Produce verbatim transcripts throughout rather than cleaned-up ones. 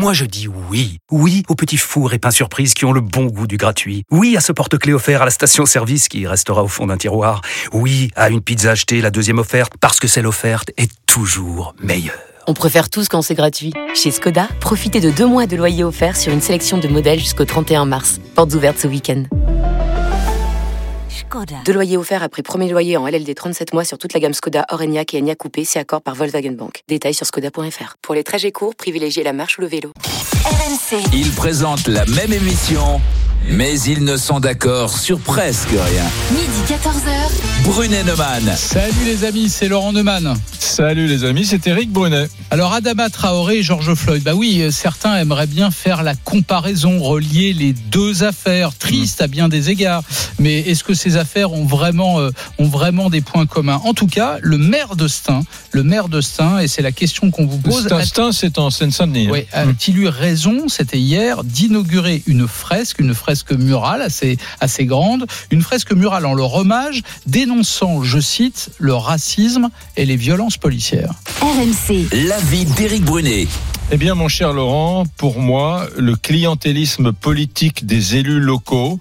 Moi je dis oui. Oui aux petits fours et pains surprises qui ont le bon goût du gratuit. Oui à ce porte-clés offert à la station-service qui restera au fond d'un tiroir. Oui à une pizza achetée, la deuxième offerte, parce que celle offerte est toujours meilleure. On préfère tous quand c'est gratuit. Chez Skoda, profitez de deux mois de loyer offert sur une sélection de modèles jusqu'au trente et un mars. Portes ouvertes ce week-end. Skoda. Deux loyers offerts après premier loyer en L L D trente-sept mois sur toute la gamme Skoda, Orenia et Enyaq Coupé, si accord par Volkswagen Bank. Détails sur skoda point f r. Pour les trajets courts, privilégiez la marche ou le vélo. R M C. Ils présentent la même émission, mais ils ne sont d'accord sur presque rien. Midi quatorze heures. Brunet Neumann. Salut les amis, c'est Laurent Neumann. Salut les amis, c'est Éric Brunet. Alors Adama Traoré et George Floyd, bah oui, certains aimeraient bien faire la comparaison, relier les deux affaires, tristes à bien des égards. Mais est-ce que ces affaires ont vraiment, euh, ont vraiment des points communs ? En tout cas, le maire de Stein, le maire de Stein, et c'est la question qu'on vous pose. Stein, Stein c'est en Seine-Saint-Denis. Oui, a-t-il eu raison, c'était hier, d'inaugurer une fresque, une fresque murale assez, assez grande, une fresque murale en leur hommage, dénonçant, je cite, le racisme et les violences policières. R M C. L'avis d'Éric Brunet. Eh bien, mon cher Laurent, pour moi, le clientélisme politique des élus locaux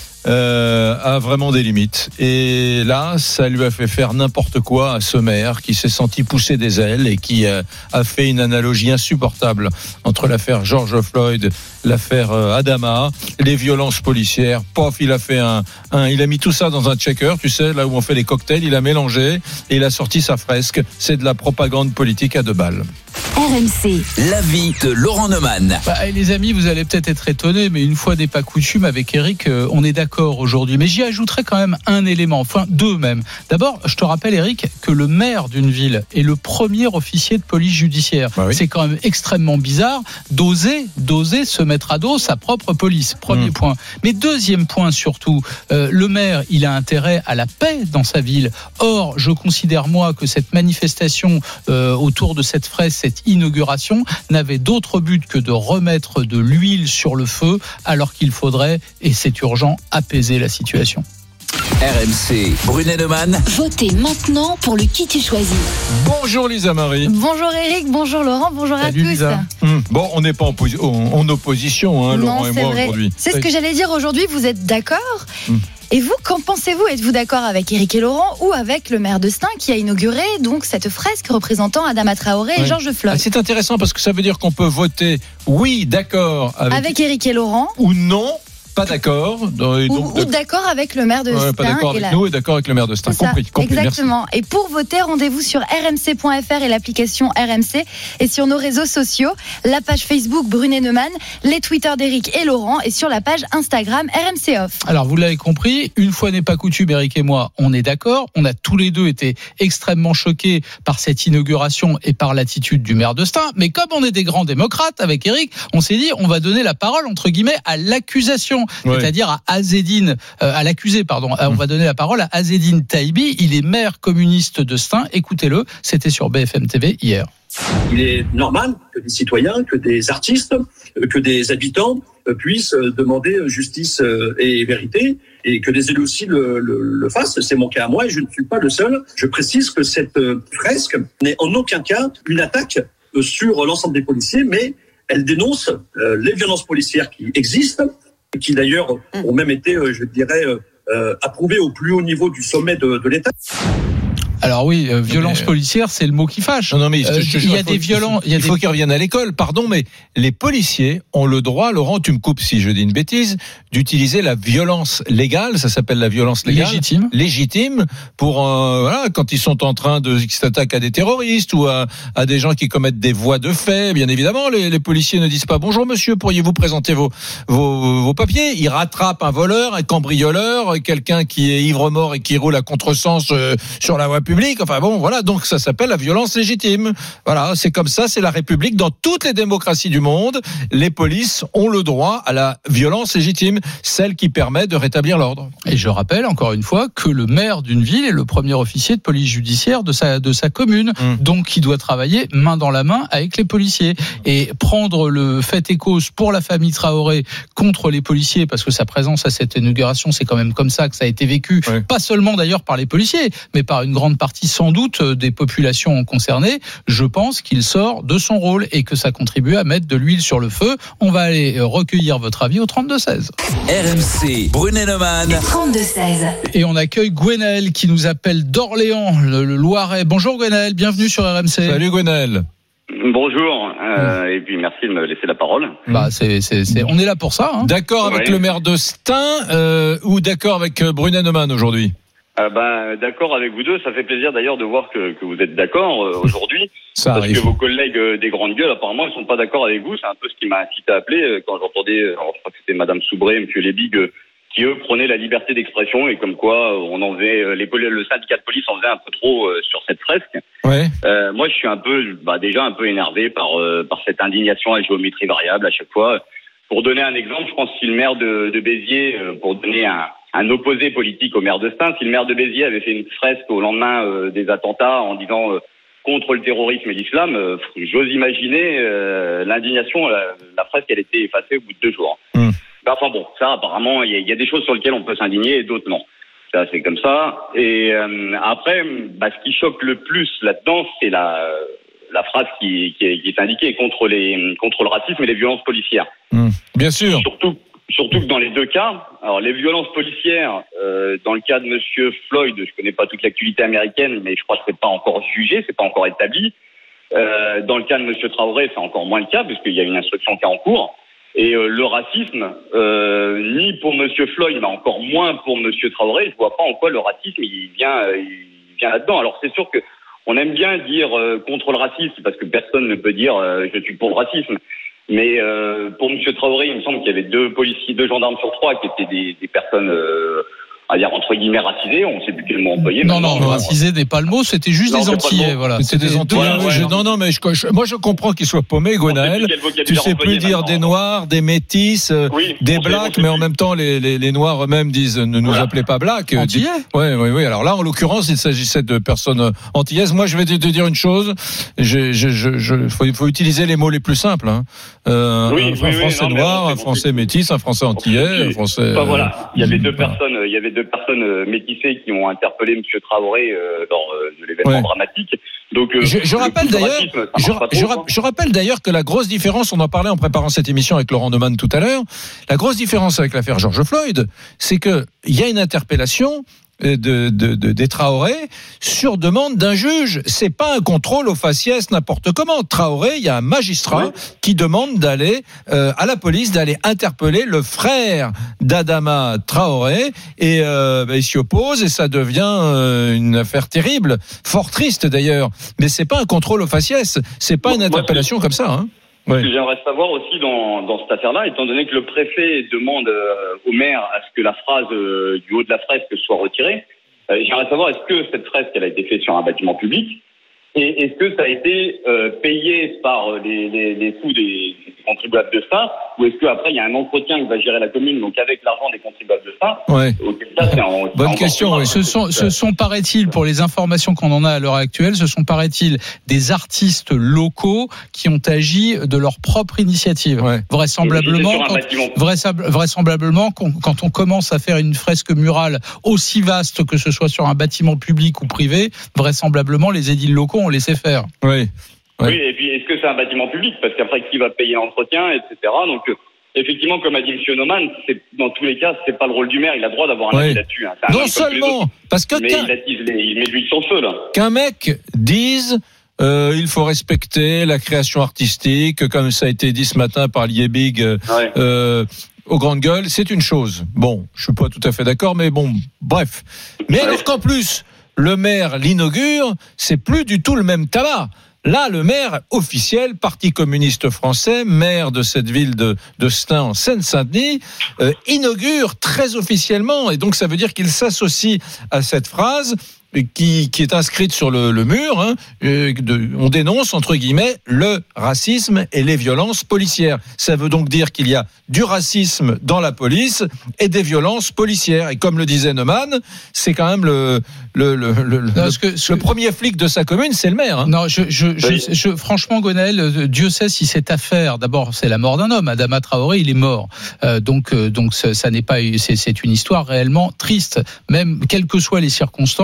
Euh, a vraiment des limites. Et là, ça lui a fait faire n'importe quoi à ce maire qui s'est senti pousser des ailes et qui a, a fait une analogie insupportable entre l'affaire George Floyd, l'affaire Adama, les violences policières. Pof, il a fait un, un, il a mis tout ça dans un checker, tu sais, là où on fait les cocktails, il a mélangé et il a sorti sa fresque. C'est de la propagande politique à deux balles. R M C. L'avis de Laurent Neumann. Bah, les amis, vous allez peut-être être étonnés, mais une fois n'est pas coutume, avec Éric, euh, on est d'accord aujourd'hui. Mais j'y ajouterai quand même un élément, enfin deux même. D'abord, je te rappelle, Éric, que le maire d'une ville est le premier officier de police judiciaire. Bah oui. C'est quand même extrêmement bizarre d'oser, d'oser se mettre à dos sa propre police. Premier mmh. point. Mais deuxième point surtout, euh, le maire, il a intérêt à la paix dans sa ville. Or, je considère moi que cette manifestation euh, autour de cette fraise, cette inauguration n'avait d'autre but que de remettre de l'huile sur le feu alors qu'il faudrait, et c'est urgent, apaiser la situation. R M C, Brunet Neumann. Votez maintenant pour le qui tu choisis. Bonjour Lisa Marie. Bonjour Eric, bonjour Laurent, bonjour Salut à tous. Lisa. Hum, bon, on n'est pas en, posi- en opposition, hein, non, Laurent et moi vrai. aujourd'hui. C'est ce que j'allais dire aujourd'hui, vous êtes d'accord ? hum. Et vous, qu'en pensez-vous ? Êtes-vous d'accord avec Éric et Laurent ou avec le maire de Stein qui a inauguré donc cette fresque représentant Adama Traoré et ouais. George Floyd ? Ah, c'est intéressant parce que ça veut dire qu'on peut voter oui, d'accord avec, avec Éric et Laurent ou non, pas d'accord. Donc, ou, ou d'accord avec le maire de ouais, Stein. Pas d'accord avec la... nous et d'accord avec le maire de Stein. Compris, compris. Exactement. Merci. Et pour voter, rendez-vous sur r m c point f r et l'application R M C et sur nos réseaux sociaux, la page Facebook Brunet Neumann, les Twitter d'Éric et Laurent et sur la page Instagram R M C Off. Alors vous l'avez compris, une fois n'est pas coutume, Éric et moi, on est d'accord. On a tous les deux été extrêmement choqués par cette inauguration et par l'attitude du maire de Stein. Mais comme on est des grands démocrates avec Éric, on s'est dit on va donner la parole entre guillemets à l'accusation, ouais. C'est-à-dire à Azzedine, euh, à l'accusé, pardon. On va donner la parole à Azzedine Taïbi. Il est maire communiste de Stein. Écoutez-le, c'était sur B F M T V hier. Il est normal que des citoyens, que des artistes, que des habitants puissent demander justice et vérité et que les élus aussi le, le, le fassent. C'est mon cas à moi et je ne suis pas le seul. Je précise que cette fresque n'est en aucun cas une attaque sur l'ensemble des policiers, mais elle dénonce les violences policières qui existent, qui d'ailleurs ont même été, je dirais, euh, approuvées au plus haut niveau du sommet de, de l'État. Alors oui, euh, violence mais... policière, c'est le mot qui fâche. Non, non mais euh, je, je, il y a faut, des violents. Il, il faut des... qu'ils reviennent à l'école. Pardon, mais les policiers ont le droit, Laurent, tu me coupes si je dis une bêtise, d'utiliser la violence légale. Ça s'appelle la violence légale. Légitime. Légitime pour euh, voilà quand ils sont en train de s'attaquer à des terroristes ou à, à des gens qui commettent des voies de fait. Bien évidemment, les, les policiers ne disent pas bonjour monsieur, pourriez-vous présenter vos vos, vos papiers. Ils rattrapent un voleur, un cambrioleur, quelqu'un qui est ivre-mort et qui roule à contresens euh, sur la voie publique. Enfin bon. Voilà, donc ça s'appelle la violence légitime. Voilà, c'est comme ça, c'est la République. Dans toutes les démocraties du monde, les polices ont le droit à la violence légitime, celle qui permet de rétablir l'ordre. Et je rappelle encore une fois que le maire d'une ville est le premier officier de police judiciaire de sa, de sa commune, mmh. donc il doit travailler main dans la main avec les policiers. Et prendre le fait et cause pour la famille Traoré contre les policiers, parce que sa présence à cette inauguration, c'est quand même comme ça que ça a été vécu, oui. Pas seulement d'ailleurs par les policiers, mais par une grande grande partie sans doute des populations concernées, je pense qu'il sort de son rôle et que ça contribue à mettre de l'huile sur le feu. On va aller recueillir votre avis au trente-deux seize. R M C, Brunet-Neumann. trente-deux seize. Et on accueille Gwenaël qui nous appelle d'Orléans, le, le Loiret. Bonjour Gwenaël, bienvenue sur R M C. Salut Gwenaël. Bonjour, euh, mmh. et puis merci de me laisser la parole. Bah, c'est, c'est, c'est, on est là pour ça. Hein. D'accord avec ouais. le maire de Stein euh, ou d'accord avec Brunet-Neumann aujourd'hui? Euh, bah, d'accord avec vous deux, ça fait plaisir d'ailleurs de voir que, que vous êtes d'accord euh, aujourd'hui. Ça parce arrive. Que vos collègues euh, des grandes gueules, apparemment, ils sont pas d'accord avec vous. C'est un peu ce qui m'a incité à appeler euh, quand j'entendais, euh, alors, je crois que c'était Madame Soubré, Monsieur Lebig, euh, qui eux prenaient la liberté d'expression et comme quoi euh, on en faisait, euh, les, le syndicat de police en faisait un peu trop euh, sur cette fresque. Ouais. Euh, moi, je suis un peu, bah, déjà un peu énervé par euh, par cette indignation à géométrie variable à chaque fois. Pour donner un exemple, je pense que si le maire de, de Béziers, euh, pour donner un un opposé politique au maire de Stein, si le maire de Béziers avait fait une fresque au lendemain euh, des attentats en disant euh, contre le terrorisme et l'islam, euh, j'ose imaginer euh, l'indignation, la, la fresque elle était effacée au bout de deux jours. Mmh. Ben, enfin bon, ça apparemment il y, y a des choses sur lesquelles on peut s'indigner et d'autres non. Ça c'est comme ça. Et euh, après, bah, ce qui choque le plus là-dedans, c'est la la phrase qui, qui, est, qui est indiquée contre les contre le racisme et les violences policières. Mmh. Bien sûr. Surtout. Surtout que dans les deux cas, alors les violences policières, euh, dans le cas de Monsieur Floyd, je connais pas toute l'actualité américaine, mais je crois que c'est pas encore jugé, c'est pas encore établi. Euh, dans le cas de Monsieur Traoré, c'est encore moins le cas puisqu'il y a une instruction qui est en cours. Et euh, le racisme, euh, ni pour Monsieur Floyd, mais encore moins pour Monsieur Traoré, je vois pas en quoi le racisme il vient, euh, il vient là-dedans. Alors c'est sûr que on aime bien dire euh, contre le racisme parce que personne ne peut dire euh, je suis pour le racisme. Mais euh, pour Monsieur Traoré, il me semble qu'il y avait deux policiers, deux gendarmes sur trois qui étaient des, des personnes, euh, à dire entre guillemets racisées. On ne sait plus quel mot employer. Non, non, non racisé n'est pas le mot. C'était juste non, des Antillais, voilà. C'était des Antillais. Ouais, ouais, je, non, non, mais je, je, moi je comprends qu'ils soient paumés, Gwenaël. Tu sais plus dire des Noirs, des Métis, oui, des Blacks, mais en même temps les, les, les Noirs eux-mêmes disent ne nous voilà. appelez pas Blacks. Antillais. Oui, oui, oui. Alors là, en l'occurrence, il s'agissait de personnes antillaises. Moi, je vais te, te dire une chose. Je, je, je, je faut, faut utiliser les mots les plus simples. Hein. Euh, oui, un, oui, un Français oui, non, noir, un Français métis, un Français antillais, un Français. Enfin, voilà. Il y avait deux personnes. Il y avait deux personnes métissés qui ont interpellé Monsieur Traoré euh, lors euh, de l'événement ouais. dramatique. Donc, euh, je, je rappelle d'ailleurs, racisme, je, trop, je, ra- je rappelle d'ailleurs que la grosse différence, on en parlait en préparant cette émission avec Laurent Neumann tout à l'heure, la grosse différence avec l'affaire George Floyd, c'est que il y a une interpellation de, de, de, des Traoré sur demande d'un juge. C'est pas un contrôle au faciès n'importe comment. Traoré, il y a un magistrat oui. qui demande d'aller euh, à la police, d'aller interpeller le frère d'Adama Traoré et euh, bah, il s'y oppose et ça devient euh, une affaire terrible, fort triste d'ailleurs. Mais c'est pas un contrôle au faciès, c'est pas bon, une interpellation moi, comme ça. Hein. Ouais. Ce que j'aimerais savoir aussi dans, dans cette affaire-là, étant donné que le préfet demande euh, au maire à ce que la phrase euh, du haut de la fresque soit retirée, euh, j'aimerais savoir est-ce que cette fresque elle a été faite sur un bâtiment public et est-ce que ça a été euh, payé par les, les, les sous des, des contribuables de ça ou est-ce qu'après il y a un entretien que va gérer la commune donc avec l'argent des contribuables de ça ouais. ça, c'est en, Bonne question. Oui. Ce sont, ce sont paraît-il, pour les informations qu'on en a à l'heure actuelle, ce sont paraît-il des artistes locaux qui ont agi de leur propre initiative. Ouais. Vraisemblablement, quand, vraisemblablement quand on commence à faire une fresque murale aussi vaste que ce soit sur un bâtiment public ou privé, vraisemblablement les édiles locaux ont laissé faire. Oui. Oui, et puis est-ce que c'est un bâtiment public? Parce qu'après, qui va payer l'entretien, et cetera. Donc, euh, effectivement, comme a dit M. Neumann, c'est, dans tous les cas, c'est pas le rôle du maire. Il a le droit d'avoir un avis oui. là-dessus. Hein. Non seulement, parce que mais il, attise les, il met de l'huile sur le feu, là. Qu'un mec dise euh, il faut respecter la création artistique, comme ça a été dit ce matin par Liebig euh, ouais. euh, aux grandes gueules, c'est une chose. Bon, je suis pas tout à fait d'accord, mais bon, bref. Mais ouais. alors qu'en plus, le maire l'inaugure, c'est plus du tout le même tabac. Là, le maire officiel, Parti communiste français, maire de cette ville de, de Stein en Seine-Saint-Denis, euh, inaugure très officiellement, et donc ça veut dire qu'il s'associe à cette phrase qui, qui est inscrite sur le, le mur, hein, euh, de, on dénonce, entre guillemets, le racisme et les violences policières. Ça veut donc dire qu'il y a du racisme dans la police et des violences policières. Et comme le disait Neumann, c'est quand même le, le, le, le, non, le, que, le premier flic de sa commune, c'est le maire. Hein. Non, je, je, oui. je, je, franchement, Gwenaël, Dieu sait si cette affaire, d'abord, c'est la mort d'un homme. Adama Traoré, il est mort. Euh, donc, euh, donc ça, ça n'est pas, c'est, c'est une histoire réellement triste. Même, quelles que soient les circonstances, quelles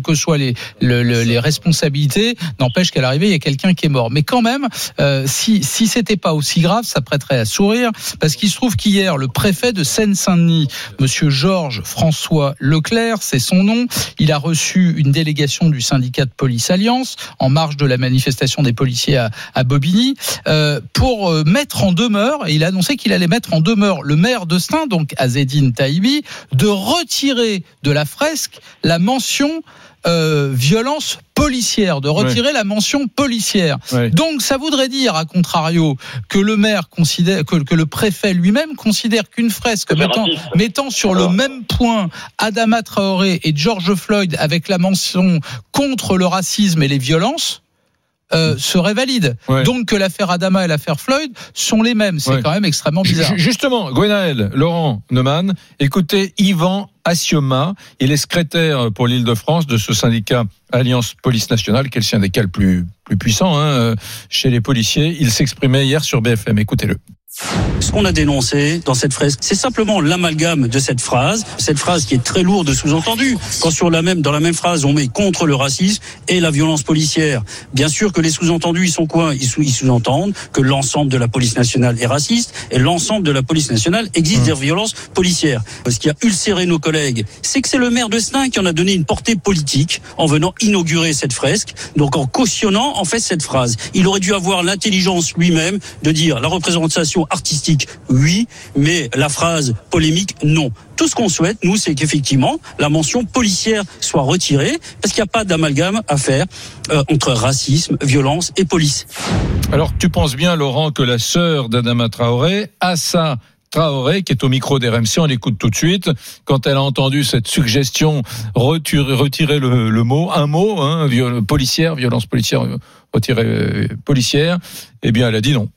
que soient les, le, le, les responsabilités, n'empêche qu'à l'arrivée, il y a quelqu'un qui est mort. Mais quand même, euh, si, si c'était pas aussi grave, ça prêterait à sourire, parce qu'il se trouve qu'hier, le préfet de Seine-Saint-Denis, monsieur Georges François Leclerc, c'est son nom, il a reçu une délégation du syndicat de police Alliance, en marge de la manifestation des policiers à, à Bobigny, euh, pour euh, mettre en demeure, et il a annoncé qu'il allait mettre en demeure le maire de Stein, donc Azzedine Taïbi, de retirer de la fresque la mention euh, violence policière, de retirer oui. la mention policière. Oui. Donc ça voudrait dire, à contrario, que le maire considère, que, que le préfet lui-même considère qu'une fresque mettant, mettant sur le même point Adama Traoré et George Floyd avec la mention contre le racisme et les violences, Euh, serait valide. Ouais. Donc que l'affaire Adama et l'affaire Floyd sont les mêmes. C'est ouais. quand même extrêmement bizarre. Justement, Gwenaël, Laurent Neumann, écoutez Yvan Assioma, il est secrétaire pour l'Île-de-France de ce syndicat Alliance Police Nationale, qui est le syndicat le plus, plus puissant hein, chez les policiers. Il s'exprimait hier sur B F M. Écoutez-le. Ce qu'on a dénoncé dans cette fresque, c'est simplement l'amalgame de cette phrase, cette phrase qui est très lourde de sous-entendu. Quand sur la même, dans la même phrase, on met contre le racisme et la violence policière. Bien sûr que les sous-entendus, ils sont quoi ? Ils, sous- ils sous-entendent que l'ensemble de la police nationale est raciste et l'ensemble de la police nationale existe mmh. des violences policières. Ce qui a ulcéré nos collègues, c'est que c'est le maire de Stein qui en a donné une portée politique en venant inaugurer cette fresque, donc en cautionnant en fait cette phrase. Il aurait dû avoir l'intelligence lui-même de dire la représentation artistique, oui, mais la phrase polémique, non. Tout ce qu'on souhaite, nous, c'est qu'effectivement, la mention policière soit retirée, parce qu'il n'y a pas d'amalgame à faire euh, entre racisme, violence et police. Alors, tu penses bien, Laurent, que la sœur d'Adama Traoré, Assa Traoré, qui est au micro d'R M C, on l'écoute tout de suite, quand elle a entendu cette suggestion, retirer, retirer le, le mot, un mot, hein, viol, policière, violence policière, retirer euh, policière, eh bien, elle a dit non.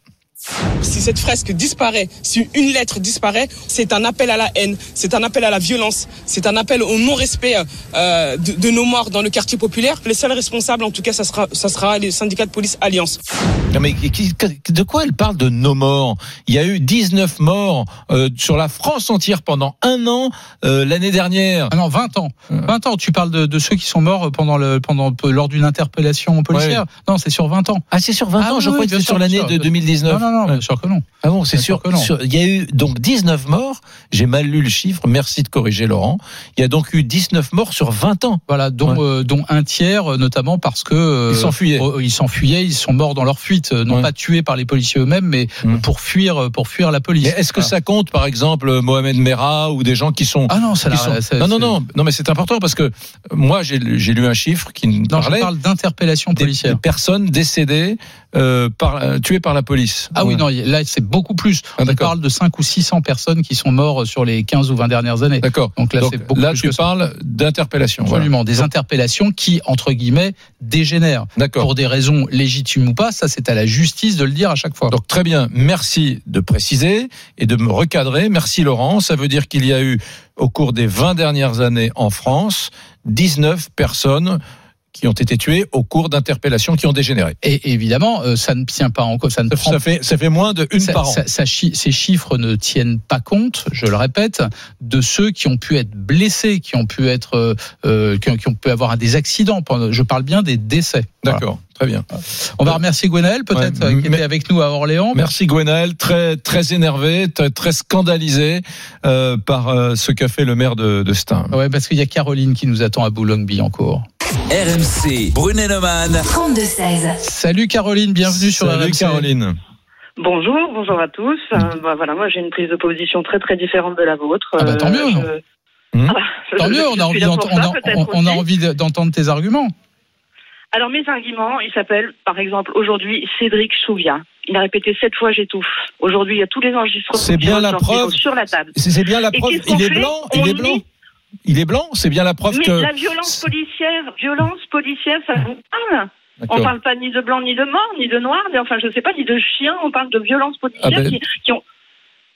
Si cette fresque disparaît, si une lettre disparaît, c'est un appel à la haine, c'est un appel à la violence, c'est un appel au non-respect euh, de, de nos morts dans le quartier populaire. Les seuls responsables, en tout cas, ça sera, ça sera les syndicats de police Alliance. Non mais de quoi elle parle de nos morts ? Il y a eu dix-neuf morts euh, sur la France entière pendant un an euh, l'année dernière. Ah non, vingt ans. vingt ans, tu parles de, de ceux qui sont morts pendant le, pendant, lors d'une interpellation policière. Ouais. Non, c'est sur vingt ans. Ah, c'est sur vingt ah, ans, oui, je crois que c'est sur l'année de deux mille dix-neuf. Non, non, non, bien sûr que non. Ah bon, c'est sûr. Sur, il y a eu donc dix-neuf morts. J'ai mal lu le chiffre. Merci de corriger, Laurent. Il y a donc eu dix-neuf morts sur vingt ans. Voilà, dont, ouais. euh, dont un tiers, notamment parce que euh, ils s'enfuyaient. Euh, ils s'enfuyaient, ils sont morts dans leur fuite, non ouais. pas tués par les policiers eux-mêmes, mais mmh. pour fuir, pour fuir la police. Mais est-ce que voilà. ça compte, par exemple, Mohamed Merah ou des gens qui sont ah non, ça, sont... ça non, non, non, non, mais c'est important parce que moi j'ai, j'ai lu un chiffre qui non, parlait. Je parle d'interpellation policière. Des, des personnes décédées. Euh, par, euh, tués par la police. Ah ouais. oui, non, là c'est beaucoup plus. Ah, on parle de cinq ou six cents personnes qui sont mortes sur les quinze ou vingt dernières années. D'accord. Donc là, Donc, c'est beaucoup là plus tu que parles ça. d'interpellation. Absolument, voilà. des interpellations qui, entre guillemets, dégénèrent. D'accord. Pour des raisons légitimes ou pas, ça c'est à la justice de le dire à chaque fois. Donc très bien, merci de préciser et de me recadrer. Merci Laurent, ça veut dire qu'il y a eu, au cours des vingt dernières années en France, dix-neuf personnes qui ont été tués au cours d'interpellations qui ont dégénéré. Et évidemment, euh, ça ne tient pas en compte. Ça, ne ça, prend... ça, fait, ça fait moins de une ça, par an. Ça, ça, ces chiffres ne tiennent pas compte, je le répète, de ceux qui ont pu être blessés, qui ont pu être, euh, qui, ont, qui ont pu avoir des accidents. Je parle bien des décès. D'accord. Voilà. Très bien. On va remercier Gwenaël, peut-être, ouais, qui mais, était avec nous à Orléans. Merci Gwenaël, très très énervé, très, très scandalisé euh, par euh, ce qu'a fait le maire de, de Stein. Ouais, parce qu'il y a Caroline qui nous attend à Boulogne-Billancourt. R M C, Brunet-Neumann. trente-deux seize. Salut Caroline, bienvenue sur Salut R M C. Salut Caroline. Bonjour, bonjour à tous. Euh, bah, voilà, moi j'ai une prise de position très très différente de la vôtre. Ah bah tant mieux. Euh, je... Mmh. ah bah, tant je, mieux, on a, envie on, a, on, on a envie d'entendre tes arguments. Alors mes arguments, il s'appelle par exemple aujourd'hui Cédric Chouviat. Il a répété sept fois j'étouffe. Aujourd'hui il y a tous les enregistrements c'est bien la preuve sur la table. C'est bien la preuve. Il est blanc, il est blanc. Il est blanc, c'est bien la preuve mais que... Mais la violence policière, violence policière, ça vous parle ? D'accord. On parle pas ni de blanc, ni de mort, ni de noir, ni, enfin je sais pas, ni de chien, on parle de violence policière ah ben... qui, qui ont...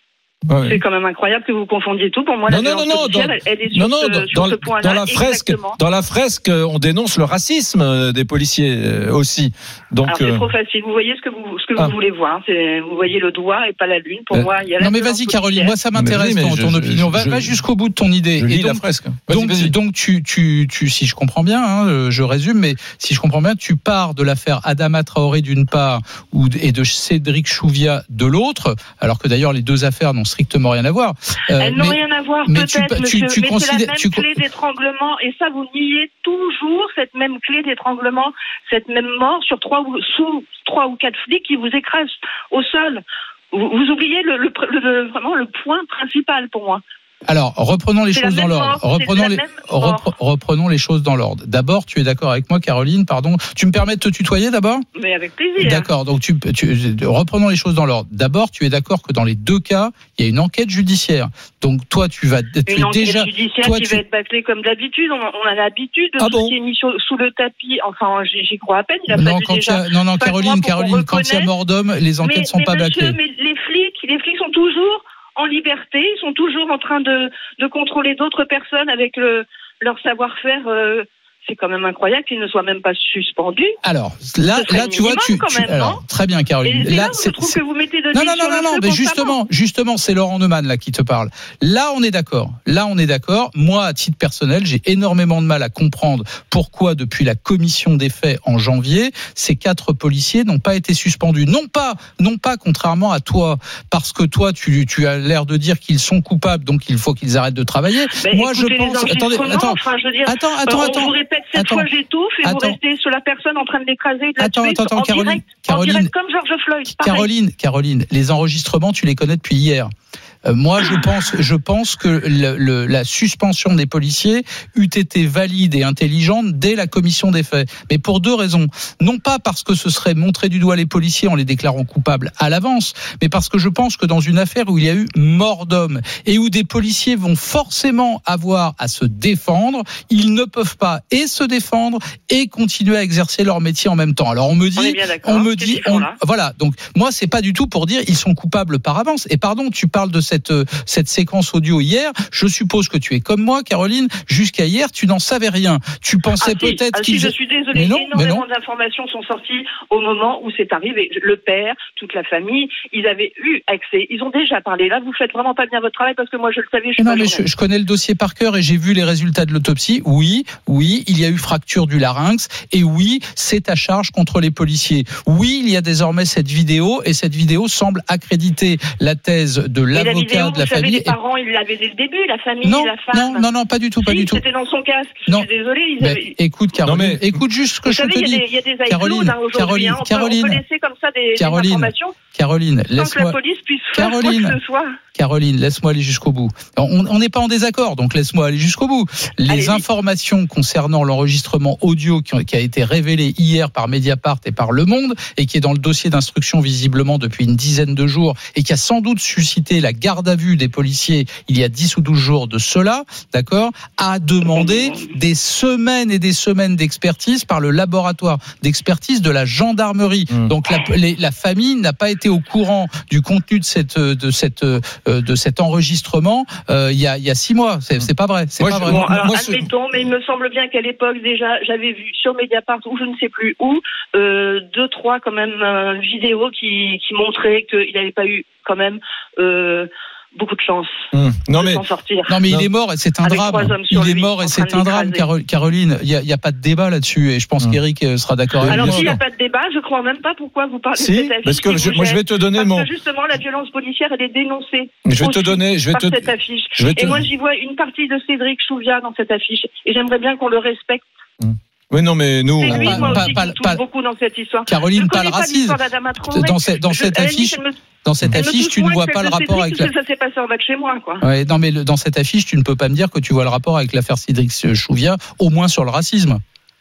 Ouais. C'est quand même incroyable que vous confondiez tout. Pour moi, non, la non, violence non, policière, dans, elle, elle est sur, non, non, ce, dans, sur ce point-là. Dans la fresque, exactement. dans la fresque, on dénonce le racisme des policiers aussi. Donc, alors, c'est euh... trop facile. Vous voyez ce que vous, ce que ah. vous voulez voir. C'est, vous voyez le doigt et pas la lune. Pour euh... moi, il y a la non, mais violence vas-y, policière. Caroline. Moi, ça m'intéresse, ton, ton je, opinion. Je, va, je, va jusqu'au bout de ton idée. Je lis et donc, la fresque. Vas-y, donc, vas-y. donc tu, tu, tu, si je comprends bien, hein, je résume, mais si je comprends bien, tu pars de l'affaire Adama Traoré d'une part ou, et de Cédric Chouviat de l'autre, alors que d'ailleurs, les deux affaires n'ont strictement rien à voir. Euh, Elles n'ont rien à voir, peut-être, tu, monsieur, tu, tu mais considères, c'est la même tu... clé d'étranglement, et ça, vous niez toujours cette même clé d'étranglement, cette même mort sur trois ou, sous trois ou quatre flics qui vous écrasent au sol. Vous, vous oubliez le, le, le, vraiment le point principal pour moi. Alors, reprenons les c'est choses dans l'ordre. Mort, reprenons les, repre, reprenons les choses dans l'ordre. D'abord, tu es d'accord avec moi, Caroline, pardon. Tu me permets de te tutoyer d'abord ? Mais avec plaisir. D'accord, donc tu, tu, reprenons les choses dans l'ordre. D'abord, tu es d'accord que dans les deux cas, il y a une enquête judiciaire. Donc toi, tu vas... Tu une es enquête déjà, judiciaire toi, qui tu... va être bâclée comme d'habitude. On, on a l'habitude de ah tout bon ce qui est mis sur, sous le tapis. Enfin, j'y, j'y crois à peine. Il a non, fallu quand déjà a, non, non, Caroline, Caroline, quand il y a mort d'homme, les enquêtes mais, sont mais pas monsieur, bâclées. Mais les flics, les flics sont toujours en liberté, ils sont toujours en train de, de contrôler d'autres personnes avec le, leur savoir-faire. Euh, c'est quand même incroyable qu'ils ne soient même pas suspendus. Alors là, là, tu vois, tu, tu même, alors, très bien, Caroline. Et là, là, je trouve que vous mettez de non, non, non, non, non, mais justement, justement, c'est Laurent Neumann là qui te parle. Là, on est d'accord. Là, on est d'accord. Moi, à titre personnel, j'ai énormément de mal à comprendre pourquoi, depuis la commission des faits en janvier, ces quatre policiers n'ont pas été suspendus. Non pas, non pas, contrairement à toi, parce que toi, tu, tu as l'air de dire qu'ils sont coupables, donc il faut qu'ils arrêtent de travailler. Ben, moi, je pense. Attendez, attends, enfin, je veux dire, attends, attends, on attends. vous répète cette attends, fois j'étouffe et attends. vous restez sur la personne en train de l'écraser et de la attends, tuer attends, attends, en, Caroline, direct, Caroline, en direct comme George Floyd. Pareil. Caroline, Caroline, les enregistrements, tu les connais depuis hier. Euh, moi, je pense, je pense que le, le, la suspension des policiers eût été valide et intelligente dès la commission des faits. Mais pour deux raisons. Non pas parce que ce serait montrer du doigt les policiers en les déclarant coupables à l'avance, mais parce que je pense que dans une affaire où il y a eu mort d'homme et où des policiers vont forcément avoir à se défendre, ils ne peuvent pas et se défendre et continuer à exercer leur métier en même temps. Alors on me dit, on, on me dit, on, voilà. Donc moi, c'est pas du tout pour dire ils sont coupables par avance. Et pardon, tu parles de cette Cette, cette séquence audio hier, je suppose que tu es comme moi, Caroline, jusqu'à hier, tu n'en savais rien. Tu pensais ah, peut-être si, qu'ils... Ah, si, je suis désolée, non, énormément d'informations sont sorties au moment où c'est arrivé. Le père, toute la famille, ils avaient eu accès, ils ont déjà parlé. Là, vous faites vraiment pas bien votre travail parce que moi, je le savais, je suis Non, pas mais je, je connais le dossier par cœur et j'ai vu les résultats de l'autopsie. Oui, oui, il y a eu fracture du larynx et oui, c'est à charge contre les policiers. Oui, il y a désormais cette vidéo et cette vidéo semble accréditer la thèse de l'avocat de la vous famille. Savez, les parents, ils l'avaient dès le début, la famille, non, la femme. Non, non, non, pas du tout, pas si, du tout. C'était dans son casque. Je non. suis désolée. Ils mais avaient... Écoute, Caroline, non, mais... écoute juste ce que vous je savez, te dis. Il y a des, des Caroline, hein, aujourd'hui. Hein. On, Caroline, peut, on peut laisser comme ça des, Caroline, des informations. Caroline, sans laisse-moi. que la police puisse faire Caroline, quoi que ce soit. Caroline, laisse-moi aller jusqu'au bout. On n'est pas en désaccord, donc laisse-moi aller jusqu'au bout. Les Allez, informations concernant l'enregistrement audio qui, ont, qui a été révélé hier par Mediapart et par Le Monde et qui est dans le dossier d'instruction visiblement depuis une dizaine de jours et qui a sans doute suscité la garde à vue des policiers il y a dix ou douze jours de cela, d'accord, a demandé des semaines et des semaines d'expertise par le laboratoire d'expertise de la gendarmerie. Mmh. Donc la, les, la famille n'a pas été au courant du contenu de cette de cette de cet enregistrement euh, il y a il y a six mois. C'est, c'est pas vrai. C'est moi, pas je, vrai. Bon, alors, moi, admettons, mais il me semble bien qu'à l'époque déjà, j'avais vu sur Mediapart ou je ne sais plus où euh, deux trois quand même euh, vidéos qui qui montraient qu'il n'avait pas eu quand même euh, beaucoup de chance mmh. non, de mais, s'en sortir. Non mais non. il est mort et c'est un Avec drame. Il est mort et c'est un drame, Caroline. Il y a, il y a pas de débat là-dessus et je pense mmh. qu'Éric sera d'accord avec moi. Alors s'il n'y a pas de débat, je crois même pas pourquoi vous parlez si, de cette affiche. Parce que je, moi je vais te donner parce mon. Que justement la violence policière elle est dénoncée. Je vais te donner, je vais par te. cette affiche. Je vais te... Et moi j'y vois une partie de Cédric Chouviat dans cette affiche et j'aimerais bien qu'on le respecte. Mmh. Oui, non, mais nous. C'est lui, on... moi pas, aussi, pas, qui pas, beaucoup dans cette histoire. Caroline, pas le racisme. Dans, cette, dans cette je, affiche, me, dans cette affiche, tu ne vois pas le rapport avec. La... Ça s'est passé en bas de chez moi, quoi. Ouais, non, mais le, dans cette affiche, tu ne peux pas me dire que tu vois le rapport avec l'affaire Cédric Chouviat, au moins sur le racisme.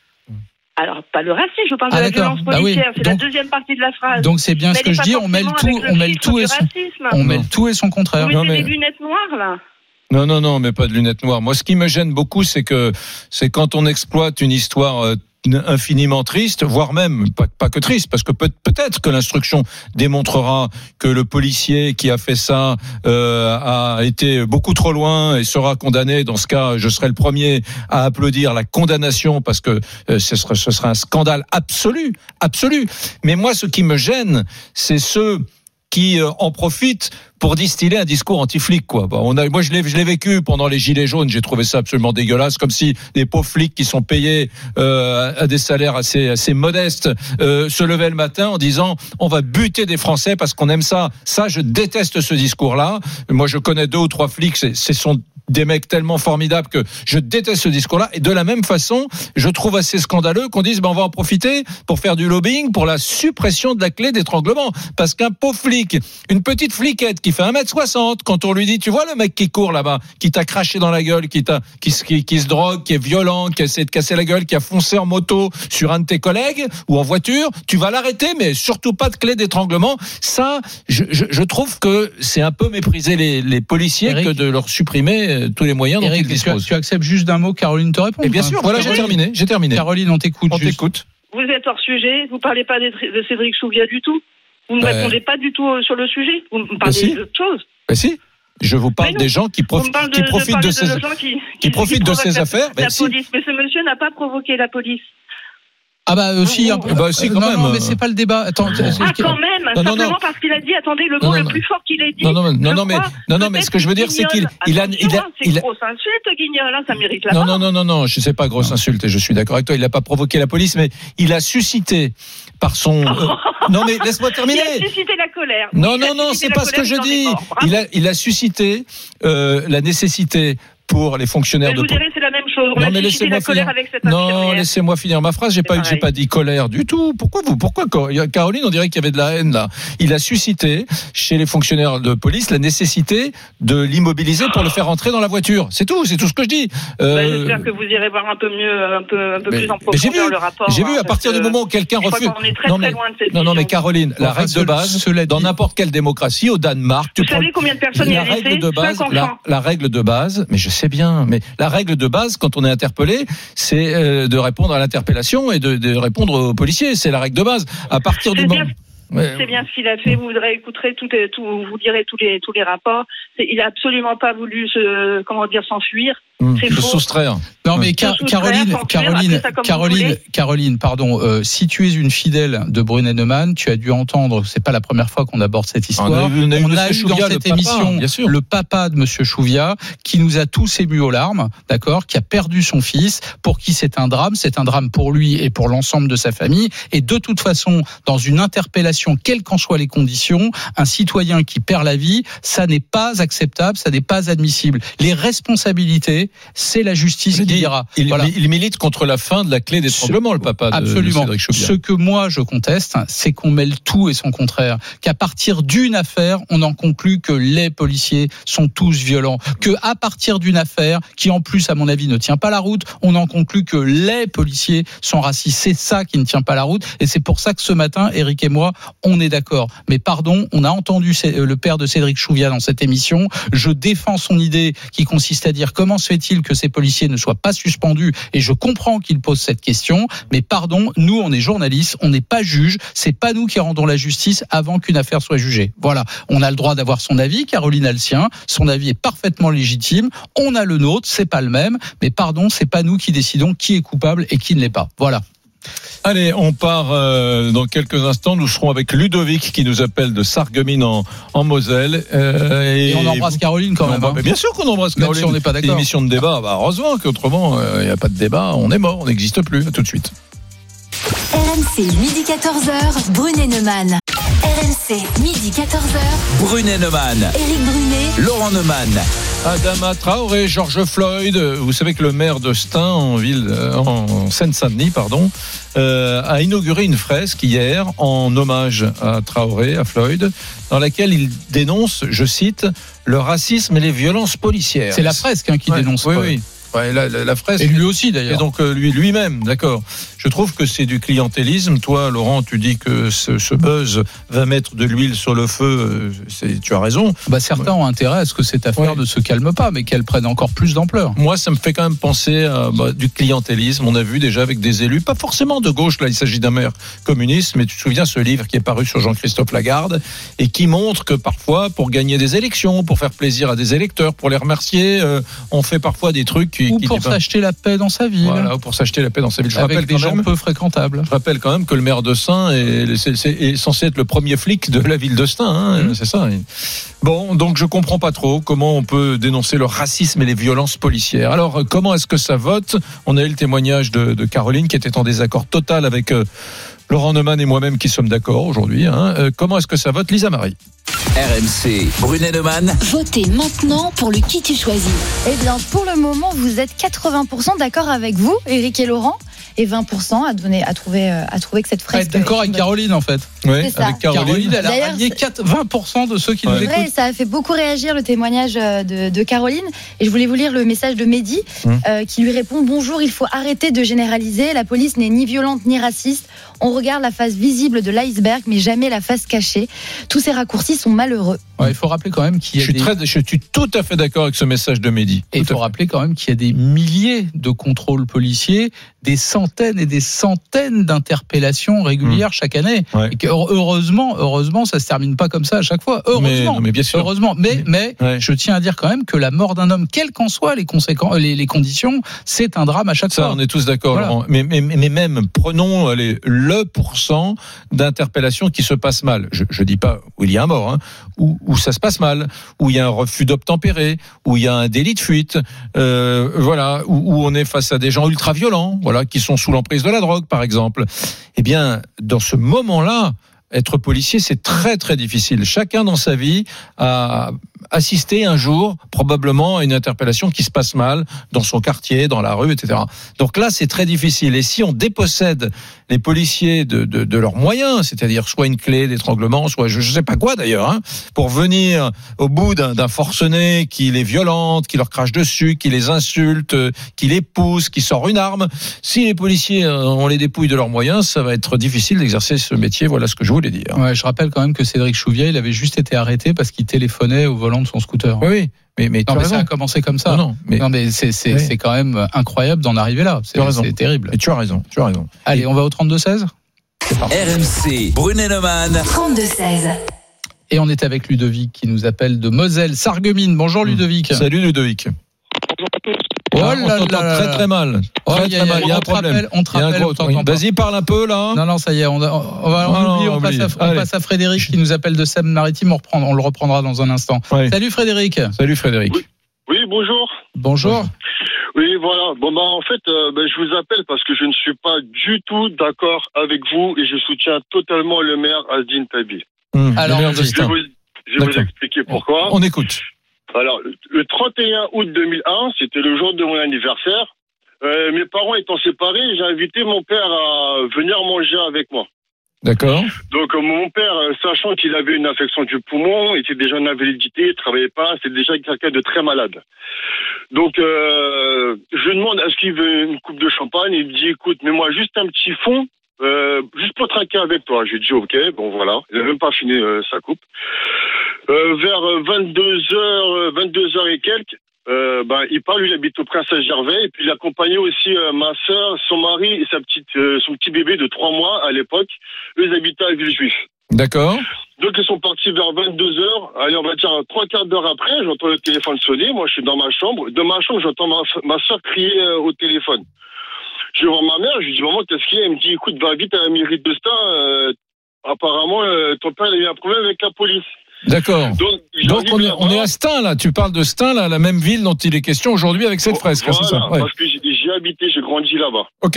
Alors, pas le racisme, je parle ah, de la d'accord. violence policière. Bah oui. C'est donc, la deuxième partie de la phrase. Donc c'est bien mais ce que je dis. On mêle tout, on mêle tout et son, on mêle tout et son contraire. Vous mettez non, mais... des lunettes noires là. Non, non, non, mais pas de lunettes noires. Moi, ce qui me gêne beaucoup, c'est que c'est quand on exploite une histoire. Euh, infiniment triste, voire même pas, pas que triste, parce que peut, peut-être que l'instruction démontrera que le policier qui a fait ça euh, a été beaucoup trop loin et sera condamné. Dans ce cas, je serai le premier à applaudir la condamnation, parce que euh, ce serait, ce serait un scandale absolu, absolu. Mais moi, ce qui me gêne, c'est ceux qui euh, en profitent pour distiller un discours anti-flic, quoi. Bon, on a, moi, je l'ai, je l'ai vécu pendant les Gilets jaunes. J'ai trouvé ça absolument dégueulasse, comme si des pauvres flics qui sont payés euh, à des salaires assez, assez modestes euh, se levaient le matin en disant on va buter des Français parce qu'on aime ça. Ça, je déteste ce discours-là. Moi, je connais deux ou trois flics. C'est, ce sont des mecs tellement formidables que je déteste ce discours-là. Et de la même façon, je trouve assez scandaleux qu'on dise ben, on va en profiter pour faire du lobbying pour la suppression de la clé d'étranglement. Parce qu'un pauvre flic, une petite fliquette qui fait un mètre soixante, quand on lui dit, tu vois le mec qui court là-bas, qui t'a craché dans la gueule, qui, t'a, qui, qui, qui se drogue, qui est violent, qui essaie de casser la gueule, qui a foncé en moto sur un de tes collègues ou en voiture, tu vas l'arrêter, mais surtout pas de clé d'étranglement. Ça, je, je, je trouve que c'est un peu mépriser les, les policiers Eric, que de leur supprimer tous les moyens Eric, dont ils disposent. Tu, tu acceptes juste d'un mot, Caroline te répond. Et bien sûr, voilà, j'ai terminé, j'ai terminé. Caroline, on t'écoute. On juste. t'écoute. Vous êtes hors sujet, vous ne parlez pas de Cédric Chouviat du tout. Vous ne me euh... répondez pas du tout sur le sujet. Vous me parlez ben si. d'autre chose. Ben si. Je vous parle des gens qui, profi- de, qui profitent de, de ces, qui, qui, qui profitent de ces affaires. La ben police. Si. Mais ce monsieur n'a pas provoqué la police. Ah bah aussi, euh, bah aussi quand non, même. Non, mais c'est pas le débat. Attends, ah quand même. Non, simplement non, non. parce qu'il a dit, attendez, le mot non, non, le plus fort qu'il ait dit. Non, non, non, non, mais non, non, mais ce que je veux dire, c'est qu'il, il a, il a, c'est il a. Grosse insulte, Guignol, hein, ça mérite la Non, mort. non, non, non, non, je sais pas grosse insulte et je suis d'accord avec toi. Il n'a pas provoqué la police, mais il a suscité par son. Euh, non, mais laisse-moi terminer. Il a suscité la colère. Non, non, non, c'est pas ce que je dis. Il a, il a suscité euh, la nécessité pour les fonctionnaires mais de. Je vous dirais, c'est la même chose. On non, a mais suscité la colère avec cette Non, laissez-moi finir ma phrase. J'ai pas, j'ai pas dit colère du tout. Pourquoi vous, pourquoi Caroline, on dirait qu'il y avait de la haine là. Il a suscité chez les fonctionnaires de police la nécessité de l'immobiliser pour le faire rentrer dans la voiture. C'est tout, c'est tout ce que je dis. Euh... Bah, j'espère que vous irez voir un peu mieux, un peu, un peu mais, plus en profondeur le rapport. J'ai vu à partir du moment où quelqu'un refuse. On est très, non, mais, très loin de cette non, non, mais Caroline, la règle de base, dans n'importe quelle démocratie, au Danemark, tu vous savez combien de personnes il y a laissé ? La règle de base, mais je sais bien, mais la règle de base, quand on est interpellé, c'est euh, de répondre à l'interpellation et de, de répondre aux policiers. C'est la règle de base. À partir du moment. Ouais. C'est bien ce qu'il a fait. Vous réécouterez tout, tout, vous lirez tous les tous les rapports. C'est, il a absolument pas voulu se, comment dire, s'enfuir. Mmh, c'est se faux. soustraire. Non mais Car- Caroline, Caroline, Caroline, Caroline, pardon. Euh, si tu es une fidèle de Brunet Neumann, tu as dû entendre. C'est pas la première fois qu'on aborde cette histoire. On a, on a, on a eu Chouviat, dans cette le émission papa, le papa de Monsieur Chouviat qui nous a tous émus aux larmes, d'accord, qui a perdu son fils, pour qui c'est un drame. C'est un drame pour lui et pour l'ensemble de sa famille. Et de toute façon, dans une interpellation, quelles qu'en soient les conditions, un citoyen qui perd la vie, ça n'est pas acceptable, ça n'est pas admissible. Les responsabilités, c'est la justice qui dira. Il, voilà. il milite contre la fin de la clé d'étranglement, le papa de Absolument. Cédric Chouviat. Ce que moi je conteste, c'est qu'on mêle tout et son contraire. Qu'à partir d'une affaire, on en conclut que les policiers sont tous violents. Que à partir d'une affaire, qui en plus, à mon avis, ne tient pas la route, on en conclut que les policiers sont racistes. C'est ça qui ne tient pas la route. Et c'est pour ça que ce matin, Eric et moi, on est d'accord. Mais pardon, on a entendu le père de Cédric Chouviat dans cette émission. Je défends son idée qui consiste à dire comment se fait-il que ces policiers ne soient pas suspendus, et je comprends qu'il pose cette question, mais pardon, nous on est journalistes, on n'est pas juges, c'est pas nous qui rendons la justice avant qu'une affaire soit jugée. Voilà, on a le droit d'avoir son avis, Caroline a le sien, son avis est parfaitement légitime, on a le nôtre, c'est pas le même, mais pardon, c'est pas nous qui décidons qui est coupable et qui ne l'est pas. Voilà. Allez, on part euh, dans quelques instants. Nous serons avec Ludovic qui nous appelle de Sarreguemines en, en Moselle. Euh, et, et on embrasse Caroline quand même. Hein. Bien sûr qu'on embrasse Caroline. Même si on n'est pas d'accord. C'est une émission de débat. Bah, heureusement qu'autrement, il euh, n'y a pas de débat. On est mort, on n'existe plus. À tout de suite. R M C, midi quatorze heures, Brunet Neumann. R M C, midi quatorze heures. Brunet Neumann. Éric Brunet. Laurent Neumann. Adama Traoré, George Floyd. Vous savez que le maire de Stein, en ville, en Seine-Saint-Denis, pardon, euh, a inauguré une fresque hier en hommage à Traoré, à Floyd, dans laquelle il dénonce, je cite, le racisme et les violences policières. C'est la fresque hein, qui ouais, dénonce. Oui, oui. Ouais, la, la, la fresque. Et lui aussi d'ailleurs. Et donc euh, lui lui-même, d'accord. Je trouve que c'est du clientélisme. Toi, Laurent, tu dis que ce, ce buzz va mettre de l'huile sur le feu. C'est, tu as raison. Bah certains ouais. ont intérêt à ce que cette affaire ouais. ne se calme pas, mais qu'elle prenne encore plus d'ampleur. Moi, ça me fait quand même penser à bah, du clientélisme. On a vu déjà avec des élus, pas forcément de gauche. Là, il s'agit d'un maire communiste, mais tu te souviens ce livre qui est paru sur Jean-Christophe Lagarde et qui montre que parfois, pour gagner des élections, pour faire plaisir à des électeurs, pour les remercier, euh, on fait parfois des trucs qui, ou qui pour s'acheter la paix dans sa ville. Voilà, ou pour s'acheter la paix dans sa ville. Je avec rappelle des quand gens même, peu fréquentables. Je rappelle quand même que le maire de Stein est, c'est, c'est, est censé être le premier flic de la ville de Stein. Hein, mmh. C'est ça. Bon, donc je comprends pas trop comment on peut dénoncer le racisme et les violences policières. Alors, comment est-ce que ça vote ? On a eu le témoignage de, de Caroline qui était en désaccord total avec euh, Laurent Neumann et moi-même qui sommes d'accord aujourd'hui. Hein. Euh, comment est-ce que ça vote, Lisa Marie ? R M C, Brunet-Neumann. Votez maintenant pour le qui tu choisis. Eh bien, pour le moment, vous êtes quatre-vingts pour cent d'accord avec vous, Éric et Laurent, et vingt pour cent à, donner, à, trouver, à trouver que cette fresque... Ah, d'accord avec Caroline, en fait. Oui, avec Caroline. Caroline, elle a D'ailleurs, rallié vingt pour cent de ceux qui ouais. nous écoutent. Vrai, ça a fait beaucoup réagir le témoignage de, de Caroline. Et je voulais vous lire le message de Mehdi, hum. euh, qui lui répond « Bonjour, il faut arrêter de généraliser. La police n'est ni violente ni raciste. On regarde la face visible de l'iceberg, mais jamais la face cachée. Tous ces raccourcis sont malheureux. » Ouais, il faut rappeler quand même qu'il y a je suis, des... très, je suis tout à fait d'accord avec ce message de Mehdi. Et il faut rappeler quand même qu'il y a des milliers de contrôles policiers, des centaines et des centaines d'interpellations régulières mmh. chaque année. Ouais. Et que heureusement, heureusement, ça se termine pas comme ça à chaque fois. Heureusement, mais, non, mais bien sûr. Heureusement. Mais, mais ouais. je tiens à dire quand même que la mort d'un homme, quelles qu'en soient les conséquences, les, les conditions, c'est un drame à chaque ça, fois. On est tous d'accord. Voilà. Laurent. Mais, mais, mais même, prenons allez, le pourcent d'interpellations qui se passent mal. Je, je dis pas où il y a un mort, hein, où, où ça se passe mal, où il y a un refus d'obtempérer, où il y a un délit de fuite, euh, voilà, où, où on est face à des gens ultra violents, voilà, qui sont sous l'emprise de la drogue, par exemple. Eh bien, dans ce moment-là, être policier, c'est très très difficile. Chacun dans sa vie a assisté un jour probablement à une interpellation qui se passe mal dans son quartier, dans la rue, et cetera. Donc là, c'est très difficile. Et si on dépossède les policiers de, de, de leurs moyens, c'est-à-dire soit une clé d'étranglement, soit je ne sais pas quoi d'ailleurs, hein, pour venir au bout d'un, d'un forcené qui les violente, qui leur crache dessus, qui les insulte, qui les pousse, qui sort une arme, si les policiers, on les dépouille de leurs moyens, ça va être difficile d'exercer ce métier. Voilà ce que je voulais dire. Ouais, je rappelle quand même que Cédric Chouviat, il avait juste été arrêté parce qu'il téléphonait au volant de son scooter. Oui, oui. Mais, mais, non, mais ça a commencé comme ça. Non, non, mais, non, mais c'est, c'est, oui. c'est quand même incroyable d'en arriver là. C'est, c'est terrible. Et tu as raison, tu as raison. Allez, on va au trente-deux seize. R M C, Brunet-Neumann. trente-deux seize. Et on est avec Ludovic qui nous appelle de Moselle, Sarreguemines. Bonjour Ludovic. Mmh. Salut Ludovic. Bonjour à tous. Oh là on t'entend là très très mal. Oh, très y a, très mal. Il y a un on problème. Rappelle, on te rappelle, on oui. Vas-y, parle un peu là. Non, non, ça y est. On, a, on va on non, oublie, non, on, passe à, on passe à Frédéric qui nous appelle de Seine-Maritime. On, reprend, on le reprendra dans un instant. Oui. Salut Frédéric. Salut Frédéric. Oui, oui bonjour. Bonjour. Oui, voilà. Bon, bah, en fait, euh, bah, je vous appelle parce que je ne suis pas du tout d'accord avec vous et je soutiens totalement le maire Asdine Tabi. Mmh, Alors, je vais, vous, je vais vous expliquer pourquoi. On écoute. Alors, le trente et un août deux mille un, c'était le jour de mon anniversaire. Euh, mes parents étant séparés, j'ai invité mon père à venir manger avec moi. D'accord. Donc, mon père, sachant qu'il avait une infection du poumon, était déjà en invalidité, il travaillait pas, c'était déjà quelqu'un de très malade. Donc, euh, je lui demande, est-ce qu'il veut une coupe de champagne? Il me dit, écoute, mets-moi juste un petit fond, euh, juste pour trinquer avec toi. Je lui dis, ok, bon voilà. Il n'a même pas fini euh, sa coupe. Euh, vers vingt-deux heures, vingt-deux heures et quelques, euh, ben, il parle, il habite au Prince-Gervais, et puis il accompagnait aussi euh, ma sœur, son mari et sa petite, euh, son petit bébé de trois mois à l'époque. Eux, ils habitaient à Villejuif. D'accord. Donc, ils sont partis vers vingt-deux heures. Allez, on va dire trois quarts d'heure après, j'entends le téléphone sonner. Moi, je suis dans ma chambre. De ma chambre, j'entends ma, ma sœur crier euh, au téléphone. Je vais voir ma mère, je lui dis, maman, qu'est-ce qu'il y a? Elle me dit, écoute, va vite à la mairie de Stein. Euh, apparemment, euh, ton père, il a eu un problème avec la police. D'accord. Donc, Donc on, est, on est à Stein, là. Tu parles de Stein, là, la même ville dont il est question aujourd'hui avec cette fresque. Voilà, c'est ça ouais. Parce que j'ai, j'ai habité, j'ai grandi là-bas. Ok.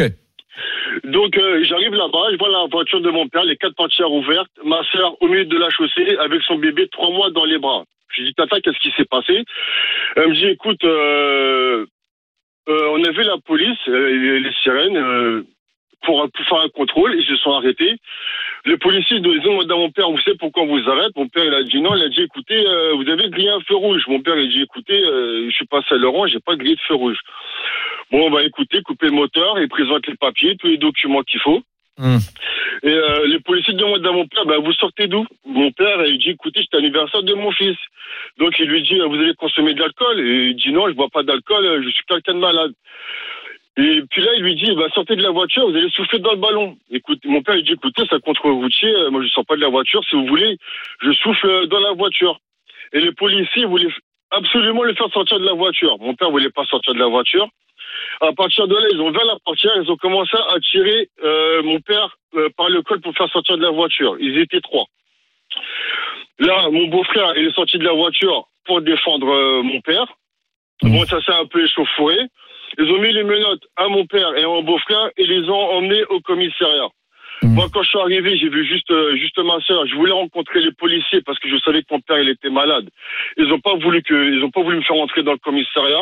Donc, euh, j'arrive là-bas, je vois la voiture de mon père, les quatre portières ouvertes, ma sœur au milieu de la chaussée avec son bébé de trois mois dans les bras. Je lui dis, tata, qu'est-ce qui s'est passé? Elle me dit, écoute, euh, euh, on a vu la police, euh, les, les sirènes, euh, pour, pour faire un contrôle, ils se sont arrêtés. Le policier ils ont demandé à mon père, vous savez pourquoi on vous arrête? Mon père, il a dit non, il a dit, écoutez, euh, vous avez grillé un feu rouge. Mon père, il a dit, écoutez, euh, je suis passé à Laurent, j'ai pas grillé de feu rouge. Bon, bah écoutez, coupez le moteur, il présente les papiers, tous les documents qu'il faut. Mmh. Et euh, les policiers demandent à mon père, bah, vous sortez d'où? Mon père, il dit, écoutez, c'est l'anniversaire de mon fils. Donc il lui dit, vous allez consommer de l'alcool? Et il dit, non, je bois pas d'alcool, je suis quelqu'un de malade. Et puis là, il lui dit, bah, sortez de la voiture, vous allez souffler dans le ballon. Écoute, mon père, il dit, écoutez, c'est un contre-routier, moi je sors pas de la voiture, si vous voulez, je souffle dans la voiture. Et les policiers voulaient absolument le faire sortir de la voiture. Mon père voulait pas sortir de la voiture. À partir de là, ils ont ouvert la portière, ils ont commencé à tirer euh, mon père euh, par le col pour faire sortir de la voiture. Ils étaient trois. Là, mon beau-frère, il est sorti de la voiture pour défendre euh, mon père. Bon, ça s'est un peu échauffouré. Ils ont mis les menottes à mon père et à mon beau-frère et les ont emmenés au commissariat. Mmh. Moi, quand je suis arrivé, j'ai vu juste, euh, juste ma sœur. Je voulais rencontrer les policiers parce que je savais que mon père, il était malade. Ils n'ont pas voulu que, ils ont pas voulu me faire entrer dans le commissariat.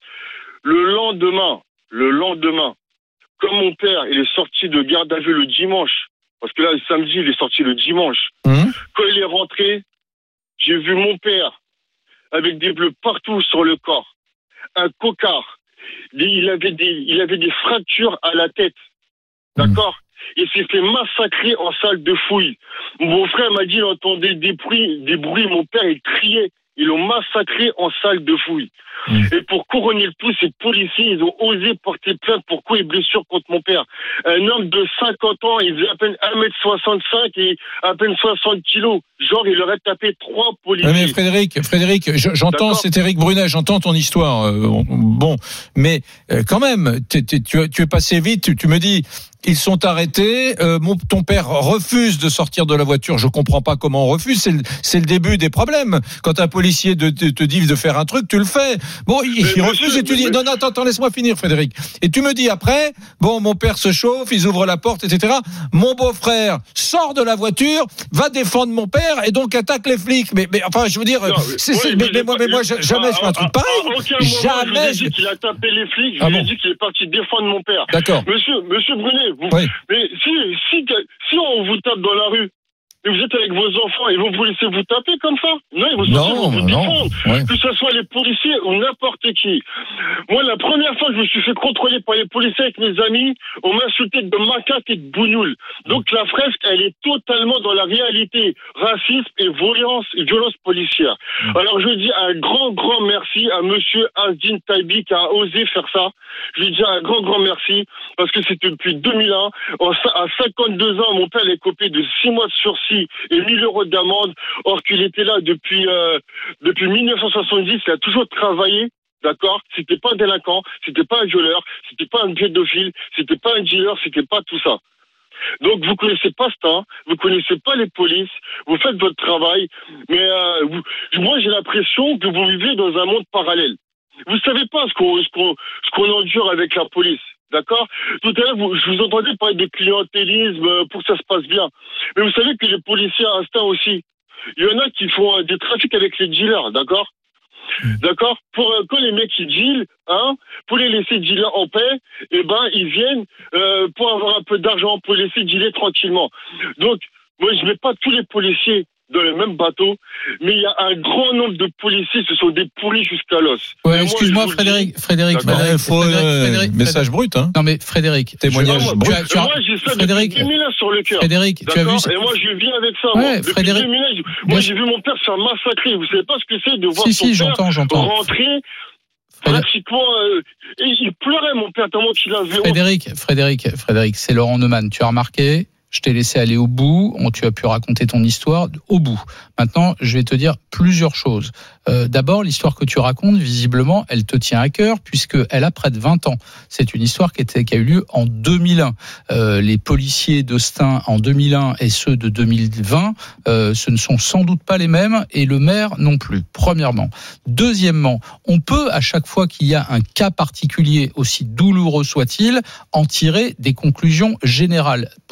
Le lendemain, le lendemain, comme mon père, il est sorti de garde à vue le dimanche, parce que là, le samedi, il est sorti le dimanche. Mmh. Quand il est rentré, j'ai vu mon père avec des bleus partout sur le corps. Un cocard. Il avait des, il avait des fractures à la tête. D'accord? Il s'est fait massacrer en salle de fouille. Mon beau-frère m'a dit, il entendait des bruits, des bruits, mon père, il criait. Ils l'ont massacré en salle de fouille. Mmh. Et pour couronner le tout, ces policiers, ils ont osé porter plainte pour coups et blessures contre mon père. Un homme de cinquante ans, il faisait à peine un mètre soixante-cinq et à peine soixante kilos. Genre, il aurait tapé trois policiers. Oui, mais Frédéric, Frédéric, j'entends, D'accord. C'est Éric Brunet, j'entends ton histoire. Bon, mais quand même, tu, tu, tu es passé vite, tu, tu me dis... Ils sont arrêtés. Euh, mon, ton père refuse de sortir de la voiture. Je comprends pas comment on refuse. C'est le, c'est le début des problèmes. Quand un policier de, te, te dit de faire un truc, tu le fais. Bon, il, il refuse et tu dis non, non, attends, attends, laisse-moi finir, Frédéric. Et tu me dis après, bon, mon père se chauffe, ils ouvrent la porte, et cetera. Mon beau-frère sort de la voiture, va défendre mon père et donc attaque les flics. Mais, mais enfin, je veux dire, non, c'est, c'est, mais, mais, moi, mais moi, jamais je fais un truc pareil. Jamais. Je lui ai dit qu'il a tapé les flics. Je ah lui ai bon. dit qu'il est parti défendre mon père. D'accord. Monsieur, monsieur Brunet. Vous, oui. Mais si, si, si on vous tape dans la rue, et vous êtes avec vos enfants, ils vont vous laisser vous taper comme ça? Non, ils vont non, vous non, défendre. Ouais. Que ce soit les policiers ou n'importe qui. Moi, la première fois que je me suis fait contrôler par les policiers avec mes amis, on m'a insulté de macaque et de bougnoule. Donc la fresque, elle est totalement dans la réalité. Racisme et violence, et violence policière. Mmh. Alors je dis un grand, grand merci à monsieur Asdin Taibi qui a osé faire ça. Je lui dis un grand, grand merci parce que c'était depuis deux mille un. À cinquante-deux ans, mon père est copé de six mois de sursis et mille euros d'amende, or qu'il était là depuis euh, depuis mille neuf cent soixante-dix, il a toujours travaillé, d'accord? C'était pas un délinquant, c'était pas un violeur, c'était pas un pédophile, c'était pas un dealer, c'était pas tout ça. Donc vous connaissez pas ce temps, vous connaissez pas les polices, vous faites votre travail, mais euh, vous, moi j'ai l'impression que vous vivez dans un monde parallèle. Vous savez pas ce qu'on ce qu'on ce qu'on endure avec la police. D'accord? Tout à l'heure, vous, je vous entendais parler de clientélisme pour que ça se passe bien. Mais vous savez que les policiers à instinct aussi, il y en a qui font euh, des trafics avec les dealers, d'accord? D'accord? Pour euh, quand les mecs ils dealent, hein, pour les laisser dealer en paix, eh ben ils viennent euh, pour avoir un peu d'argent, pour les laisser dealer tranquillement. Donc, moi je mets pas tous les policiers dans le même bateau, mais il y a un grand nombre de policiers, ce sont des pourris jusqu'à l'os. Ouais, excuse-moi, Frédéric, Frédéric, Frédéric, faut Frédéric, Frédéric, message brut, hein. Non mais Frédéric, témoignage je, brut. Moi, tu as, moi j'ai ça Frédéric, depuis deux mille un sur le cœur. Frédéric, tu as vu ça? Et moi je vis avec ça. Ouais, moi. Depuis Frédéric, deux mille un, moi j'ai vu mon père se faire massacrer. Vous savez pas ce que c'est de voir si, son si, père j'entends, j'entends. rentrer pratiquement. Euh, et il pleurait mon père tellement qu'il avait. Frédéric, Frédéric, Frédéric, c'est Laurent Neumann. Tu as remarqué? Je t'ai laissé aller au bout, tu as pu raconter ton histoire au bout. Maintenant, je vais te dire plusieurs choses. Euh, d'abord, l'histoire que tu racontes, visiblement, elle te tient à cœur puisqu'elle a près de vingt ans. C'est une histoire qui, était, qui a eu lieu en deux mille un. Euh, les policiers de Stein en deux mille un et ceux de deux mille vingt, euh, ce ne sont sans doute pas les mêmes et le maire non plus, premièrement. Deuxièmement, on peut, à chaque fois qu'il y a un cas particulier, aussi douloureux soit-il, en tirer des conclusions générales. Pour ça, les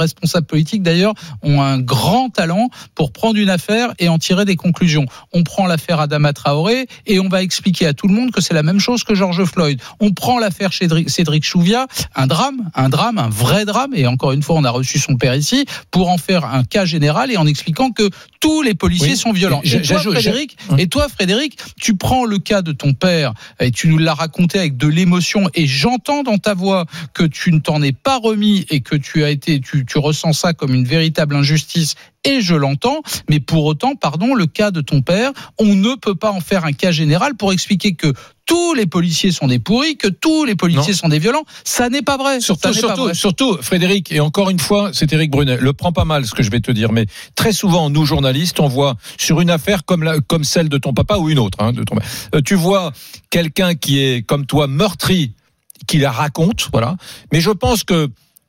responsables politiques, d'ailleurs, ont un grand talent pour prendre une affaire et en tirer des conclusions. On prend l'affaire Adama Traoré et on va expliquer à tout le monde que c'est la même chose que George Floyd. On prend l'affaire Cédric Chouviat, un drame, un drame, un vrai drame, et encore une fois, on a reçu son père ici, pour en faire un cas général et en expliquant que tous les policiers oui, sont violents. Et toi, Frédéric, et toi, Frédéric, tu prends le cas de ton père et tu nous l'as raconté avec de l'émotion, et j'entends dans ta voix que tu ne t'en es pas remis et que tu as été, tu, tu ressens ça comme une véritable injustice. Et je l'entends, mais pour autant, pardon, le cas de ton père, on ne peut pas en faire un cas général pour expliquer que tous les policiers sont des pourris, que tous les policiers non. sont des violents. Ça n'est pas vrai. Surtout, ça n'est surtout, pas vrai. surtout, Frédéric, et encore une fois, c'est Éric Brunet, le prends pas mal ce que je vais te dire, mais très souvent, nous journalistes, on voit sur une affaire comme, la, comme celle de ton papa ou une autre, hein, de ton, euh, tu vois quelqu'un qui est, comme toi, meurtri, qui la raconte, voilà. Mais je pense que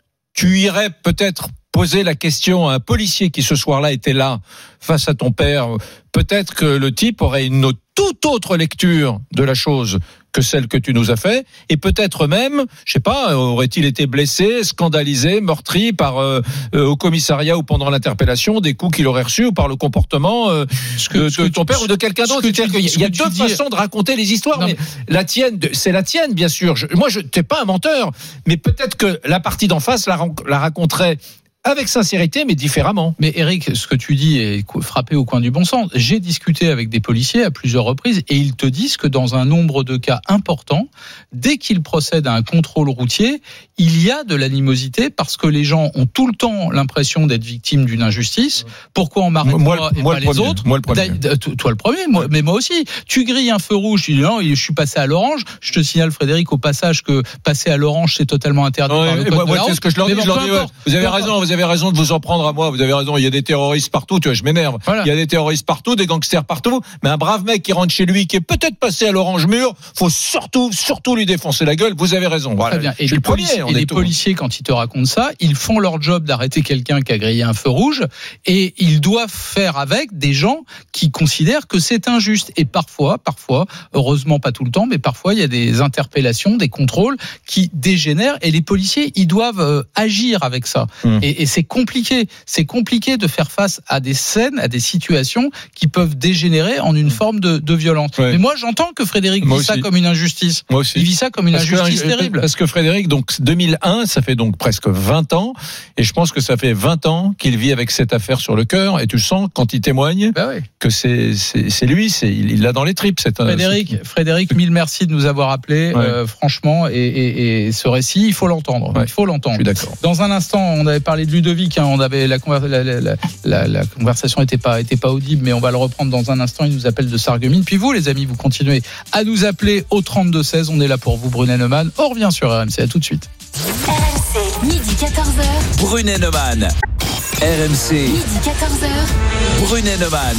tu irais peut-être poser la question à un policier qui ce soir-là était là face à ton père. Peut-être que le type aurait une toute autre lecture de la chose que celle que tu nous as fait, et peut-être même, je sais pas, aurait-il été blessé, scandalisé, meurtri par euh, euh, au commissariat ou pendant l'interpellation des coups qu'il aurait reçus, ou par le comportement euh, que, de, de ton père tu, ou de quelqu'un d'autre. C'est-à-dire qu'il y a deux façons de raconter les histoires, non, mais, mais la tienne, c'est la tienne, bien sûr. Je, moi, je t'es pas un menteur, mais peut-être que la partie d'en face la, la raconterait avec sincérité, mais différemment. Mais Eric, ce que tu dis est frappé au coin du bon sens. J'ai discuté avec des policiers à plusieurs reprises et ils te disent que dans un nombre de cas importants, dès qu'ils procèdent à un contrôle routier, il y a de l'animosité parce que les gens ont tout le temps l'impression d'être victimes d'une injustice. Pourquoi on m'arrête moi, moi et moi pas les premier. autres Moi le premier. Toi le premier, moi, mais moi aussi. Tu grilles un feu rouge, tu dis non, je suis passé à l'orange. Je te signale, Frédéric, au passage que passer à l'orange, c'est totalement interdit non, par le code moi, de la route. C'est ce que je leur dis. Je leur dis ouais, vous avez raison, vous avez raison de vous en prendre à moi. Vous avez raison. Il y a des terroristes partout. Tu vois, je m'énerve. Voilà. Il y a des terroristes partout, des gangsters partout. Mais un brave mec qui rentre chez lui, qui est peut-être passé à l'orange mur, faut surtout, surtout lui défoncer la gueule. Vous avez raison. Voilà. Très bien. Et les, premier, policiers, et les policiers, quand ils te racontent ça, ils font leur job d'arrêter quelqu'un qui a grillé un feu rouge, et ils doivent faire avec des gens qui considèrent que c'est injuste. Et parfois, parfois, heureusement pas tout le temps, mais parfois il y a des interpellations, des contrôles qui dégénèrent, et les policiers, ils doivent euh, agir avec ça. Mmh. Et, et c'est compliqué. C'est compliqué de faire face à des scènes, à des situations qui peuvent dégénérer en une forme de, de violence. Ouais. Mais moi, j'entends que Frédéric moi vit aussi. ça comme une injustice. Moi aussi. Il vit ça comme une parce injustice que, terrible. Parce que Frédéric, donc deux mille un, ça fait donc presque vingt ans, et je pense que ça fait vingt ans qu'il vit avec cette affaire sur le cœur, et tu sens quand il témoigne bah oui. que c'est, c'est, c'est lui, c'est, il l'a dans les tripes. Cette, Frédéric, cette... Frédéric, mille merci de nous avoir appelés. Ouais. Euh, franchement, et, et, et ce récit, il faut l'entendre. Ouais. Il faut l'entendre. Je suis d'accord. Dans un instant, on avait parlé de Ludovic. Hein, on avait la, conver- la, la, la, la, la conversation n'était pas, était pas audible, mais on va le reprendre dans un instant. Il nous appelle de Sarreguemines. Puis vous, les amis, vous continuez à nous appeler au trente-deux seize. On est là pour vous, Brunet Neumann. On revient sur R M C. À tout de suite. R M C, midi quatorze heures. Brunet Neumann. R M C. Midi quatorze heures. Brunet Neumann.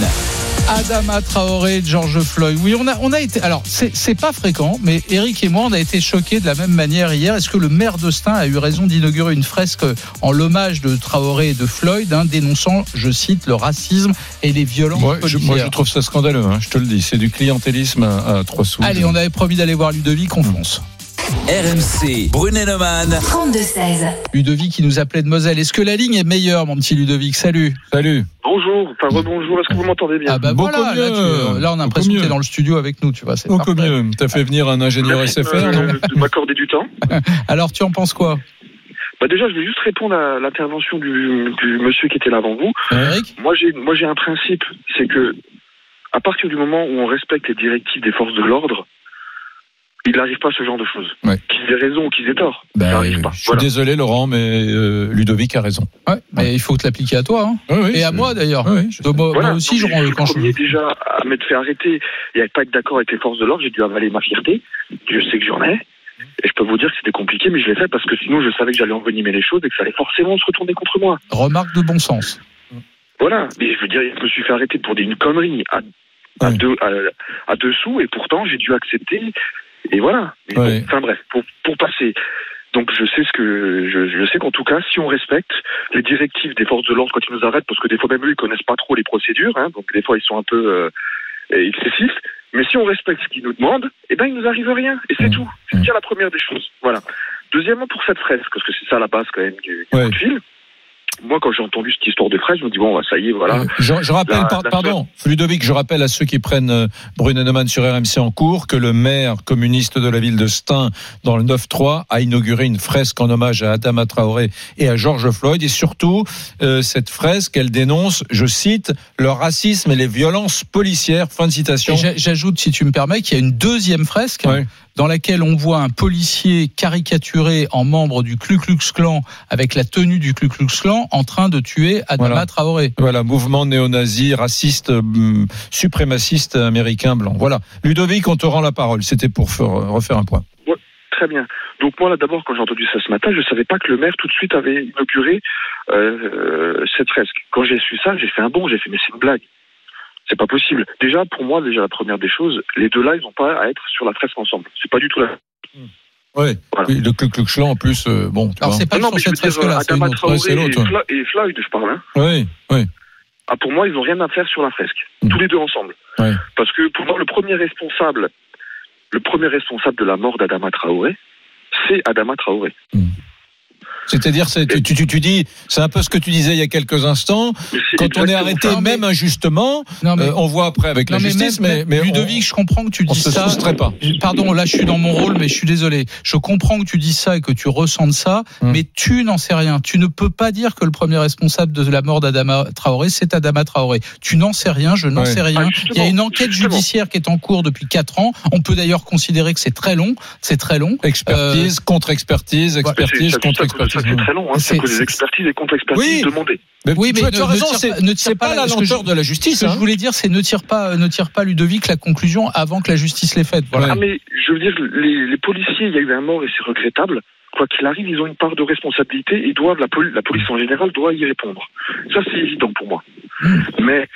Adama Traoré, George Floyd. Oui, on a, on a été. Alors, c'est, c'est pas fréquent, mais Eric et moi, on a été choqués de la même manière hier. Est-ce que le maire d'Austin a eu raison d'inaugurer une fresque en l'hommage de Traoré et de Floyd, hein, dénonçant, je cite, le racisme et les violences moi, policières. Je, moi, je trouve ça scandaleux, hein, je te le dis. C'est du clientélisme à, à trois sous. Allez, on avait promis d'aller voir Ludovic, on fonce. R M C, Brunet Neumann. trente-deux seize. Ludovic qui nous appelait de Moselle. Est-ce que la ligne est meilleure, mon petit Ludovic? Salut. Salut. Bonjour, enfin rebonjour, est-ce que vous m'entendez bien? Ah bah beaucoup voilà, mieux. Là, tu, là on a l'impression que tu es dans le studio avec nous, tu vois, c'est beaucoup parfait. mieux. T'as fait venir un ingénieur S F R, euh, non de m'accorder du temps. Alors, tu en penses quoi? Bah déjà, je vais juste répondre à l'intervention du, du monsieur qui était là avant vous. Eric? Moi, j'ai, moi, j'ai un principe, c'est que à partir du moment où on respecte les directives des forces de l'ordre, il n'arrive pas à ce genre de choses. Ouais. Qu'ils aient raison ou qu'ils aient tort. Ben, il n'arrive pas. Je suis voilà. désolé, Laurent, mais euh, Ludovic a raison. Ouais, mais ouais. il faut te l'appliquer à toi, hein. Oui, oui, et à je... moi d'ailleurs. Oui, oui, Donc, moi, voilà. moi aussi, Donc, je rends quand je. déjà à m'être fait arrêter et à ne pas être d'accord avec les forces de l'ordre, j'ai dû avaler ma fierté. Je sais que j'en ai. Et je peux vous dire que c'était compliqué, mais je l'ai fait parce que sinon je savais que j'allais envenimer les choses et que ça allait forcément se retourner contre moi. Remarque de bon sens. Voilà, mais je veux dire, je me suis fait arrêter pour une connerie à, à, ouais. deux, à, à deux sous, et pourtant j'ai dû accepter. Et voilà. Mais ouais. bon, enfin bref, pour, pour passer. Donc je sais ce que je, je sais qu'en tout cas, si on respecte les directives des forces de l'ordre quand ils nous arrêtent, parce que des fois même eux ils connaissent pas trop les procédures, hein, donc des fois ils sont un peu euh, excessifs. Mais si on respecte ce qu'ils nous demandent, eh ben il nous arrive rien. Et c'est mmh. tout. C'est déjà la première des choses. Voilà. Deuxièmement, pour cette fresque, parce que c'est ça la base quand même du, du ouais. coup de fil. moi, quand j'ai entendu cette histoire de fresque, je me dis bon, ça y est, voilà. Euh, je, je rappelle, la, par, la pardon, Ludovic, je rappelle à ceux qui prennent euh, Brunet Neumann sur R M C en cours que le maire communiste de la ville de Stein, dans le neuf trois, a inauguré une fresque en hommage à Adama Traoré et à George Floyd. Et surtout, euh, cette fresque, elle dénonce, je cite, le racisme et les violences policières. Fin de citation. Et j'ajoute, si tu me permets, qu'il y a une deuxième fresque. Ouais. Dans laquelle on voit un policier caricaturé en membre du Ku Klux Klan avec la tenue du Ku Klux Klan en train de tuer Adama voilà. Traoré. Voilà, mouvement néo-nazi, raciste, hum, suprémaciste américain blanc. Voilà. Ludovic, on te rend la parole. C'était pour faire, refaire un point. Ouais, très bien. Donc moi, là, d'abord, quand j'ai entendu ça ce matin, je ne savais pas que le maire, tout de suite, avait inauguré euh, cette fresque. Quand j'ai su ça, j'ai fait un bond, j'ai fait, mais c'est une blague. C'est pas possible. Déjà, pour moi, déjà la première des choses, les deux là, ils n'ont pas à être sur la fresque ensemble. C'est pas du tout la. Mmh. Oui. Voilà. Le Ku Klux Klan en plus, euh, bon. Tu Alors vois. c'est pas non, sur cette fresque-là, c'est Adama Traoré et, Fla- et Floyd, je parle. Hein. Oui, oui. Ah, pour moi, ils n'ont rien à faire sur la fresque, mmh. tous les deux ensemble. Oui. Parce que pour moi, le premier responsable, le premier responsable de la mort d'Adama Traoré, c'est Adama Traoré. Mmh. C'est-à-dire, c'est, tu, tu, tu dis, c'est un peu ce que tu disais il y a quelques instants. Quand on est arrêté, ça. même injustement, non, mais, euh, on voit après avec non, la mais justice. Même, mais, mais Ludovic, on, je comprends que tu dis ça. On se soustrait pas. Pardon, là, je suis dans mon rôle, mais je suis désolé. Je comprends que tu dis ça et que tu ressentes ça, hum. mais tu n'en sais rien. Tu ne peux pas dire que le premier responsable de la mort d'Adama Traoré, c'est Adama Traoré. Tu n'en sais rien, je n'en ouais. sais rien. Ah, il y a une enquête judiciaire qui est en cours depuis quatre ans. On peut d'ailleurs considérer que c'est très long. C'est très long. Expertise, euh, contre-expertise, expertise, contre-expertise. C'est très long, hein. C'est que les expertises et contre-expertises oui. demandées. Mais oui, mais tu as raison, c'est, ne tire pas, pas la lenteur je, de la justice. Ce que hein. je voulais dire, c'est ne tire pas, ne tire pas Ludovic la conclusion avant que la justice l'ait faite. Voilà. Ah, mais je veux dire, les, les policiers, il y a eu un mort et c'est regrettable. Quoi qu'il arrive, ils ont une part de responsabilité et doivent, la, poli- la police en général doit y répondre. Ça, c'est évident pour moi. Mmh. Mais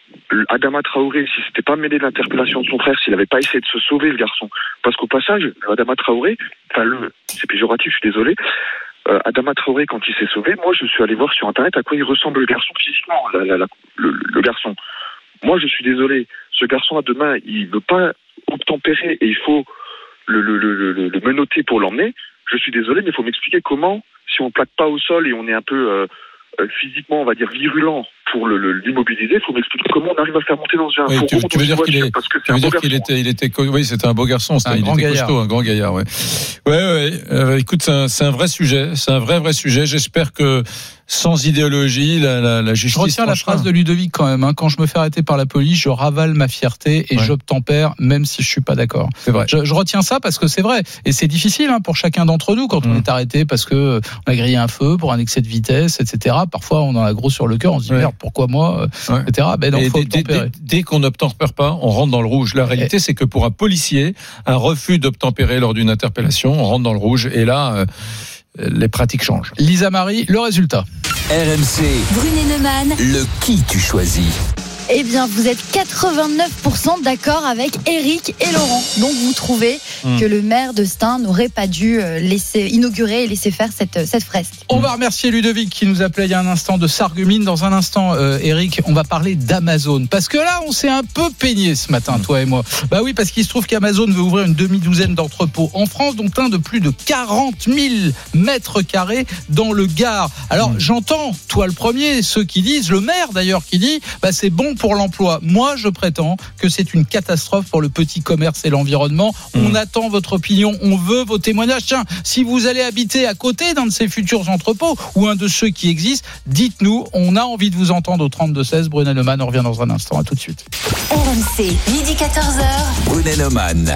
Adama Traoré, si c'était pas mêlé de l'interpellation de son frère, s'il n'avait pas essayé de se sauver, le garçon, parce qu'au passage, Adama Traoré, enfin, le, c'est péjoratif, je suis désolé. Euh, Adama Traoré, quand il s'est sauvé, moi je suis allé voir sur internet à quoi il ressemble le garçon physiquement, la, la, la, le, le garçon. Moi je suis désolé, ce garçon-là demain, il ne veut pas obtempérer et il faut le, le, le, le, le menotter pour l'emmener. Je suis désolé, mais il faut m'expliquer comment, si on ne plaque pas au sol et on est un peu euh, euh, physiquement, on va dire, virulent pour le, le, l'immobiliser, il faut m'expliquer comment on arrive à le faire monter dans un oui, fourgon. Tu, tu veux dire qu'il est, parce que tu veux dire qu'il était, il était, oui, c'était un beau garçon, c'était un, un il grand était gaillard. costaud, un grand gaillard, ouais. Ouais, ouais. Euh, écoute, c'est un, c'est un vrai sujet, c'est un vrai, vrai sujet. J'espère que sans idéologie, la, la, la justice. Je retiens la phrase de Ludovic quand même. Hein. Quand je me fais arrêter par la police, je ravale ma fierté et ouais. j'obtempère, même si je suis pas d'accord. C'est vrai. Je, je retiens ça parce que c'est vrai et c'est difficile hein, pour chacun d'entre nous quand mmh. on est arrêté parce que on a grillé un feu pour un excès de vitesse, et cetera. Parfois, on en a gros sur le cœur, on se dit ouais. merde, pourquoi moi, ouais. et cetera. Ben non, faut dès, dès, dès qu'on n'obtempère pas, on rentre dans le rouge. La réalité, et... c'est que pour un policier, un refus d'obtempérer lors d'une interpellation, on rentre dans le rouge. Et là, euh, les pratiques changent. Lisa Marie, le résultat. R M C. Brunet Neumann. Le qui tu choisis? Eh bien, vous êtes quatre-vingt-neuf pour cent d'accord avec Eric et Laurent. Donc, vous trouvez mmh. que le maire de Stein n'aurait pas dû laisser inaugurer et laisser faire cette, cette fresque. On va remercier Ludovic qui nous appelait il y a un instant de Sarreguemines. Dans un instant, euh, Eric, on va parler d'Amazon. Parce que là, on s'est un peu peigné ce matin, mmh. toi et moi. Bah oui, parce qu'il se trouve qu'Amazon veut ouvrir une demi-douzaine d'entrepôts en France, dont un de plus de quarante mille mètres carrés dans le Gard. Alors, mmh. j'entends, toi le premier, ceux qui disent, le maire d'ailleurs qui dit, bah c'est bon pour l'emploi. Moi, je prétends que c'est une catastrophe pour le petit commerce et l'environnement. Mmh. On attend votre opinion, on veut vos témoignages. Tiens, si vous allez habiter à côté d'un de ces futurs entrepôts ou un de ceux qui existent, dites-nous. On a envie de vous entendre au trente-deux seize. Brunet Neumann, on revient dans un instant. À tout de suite. R M C, midi quatorze heures. Brunet Neumann.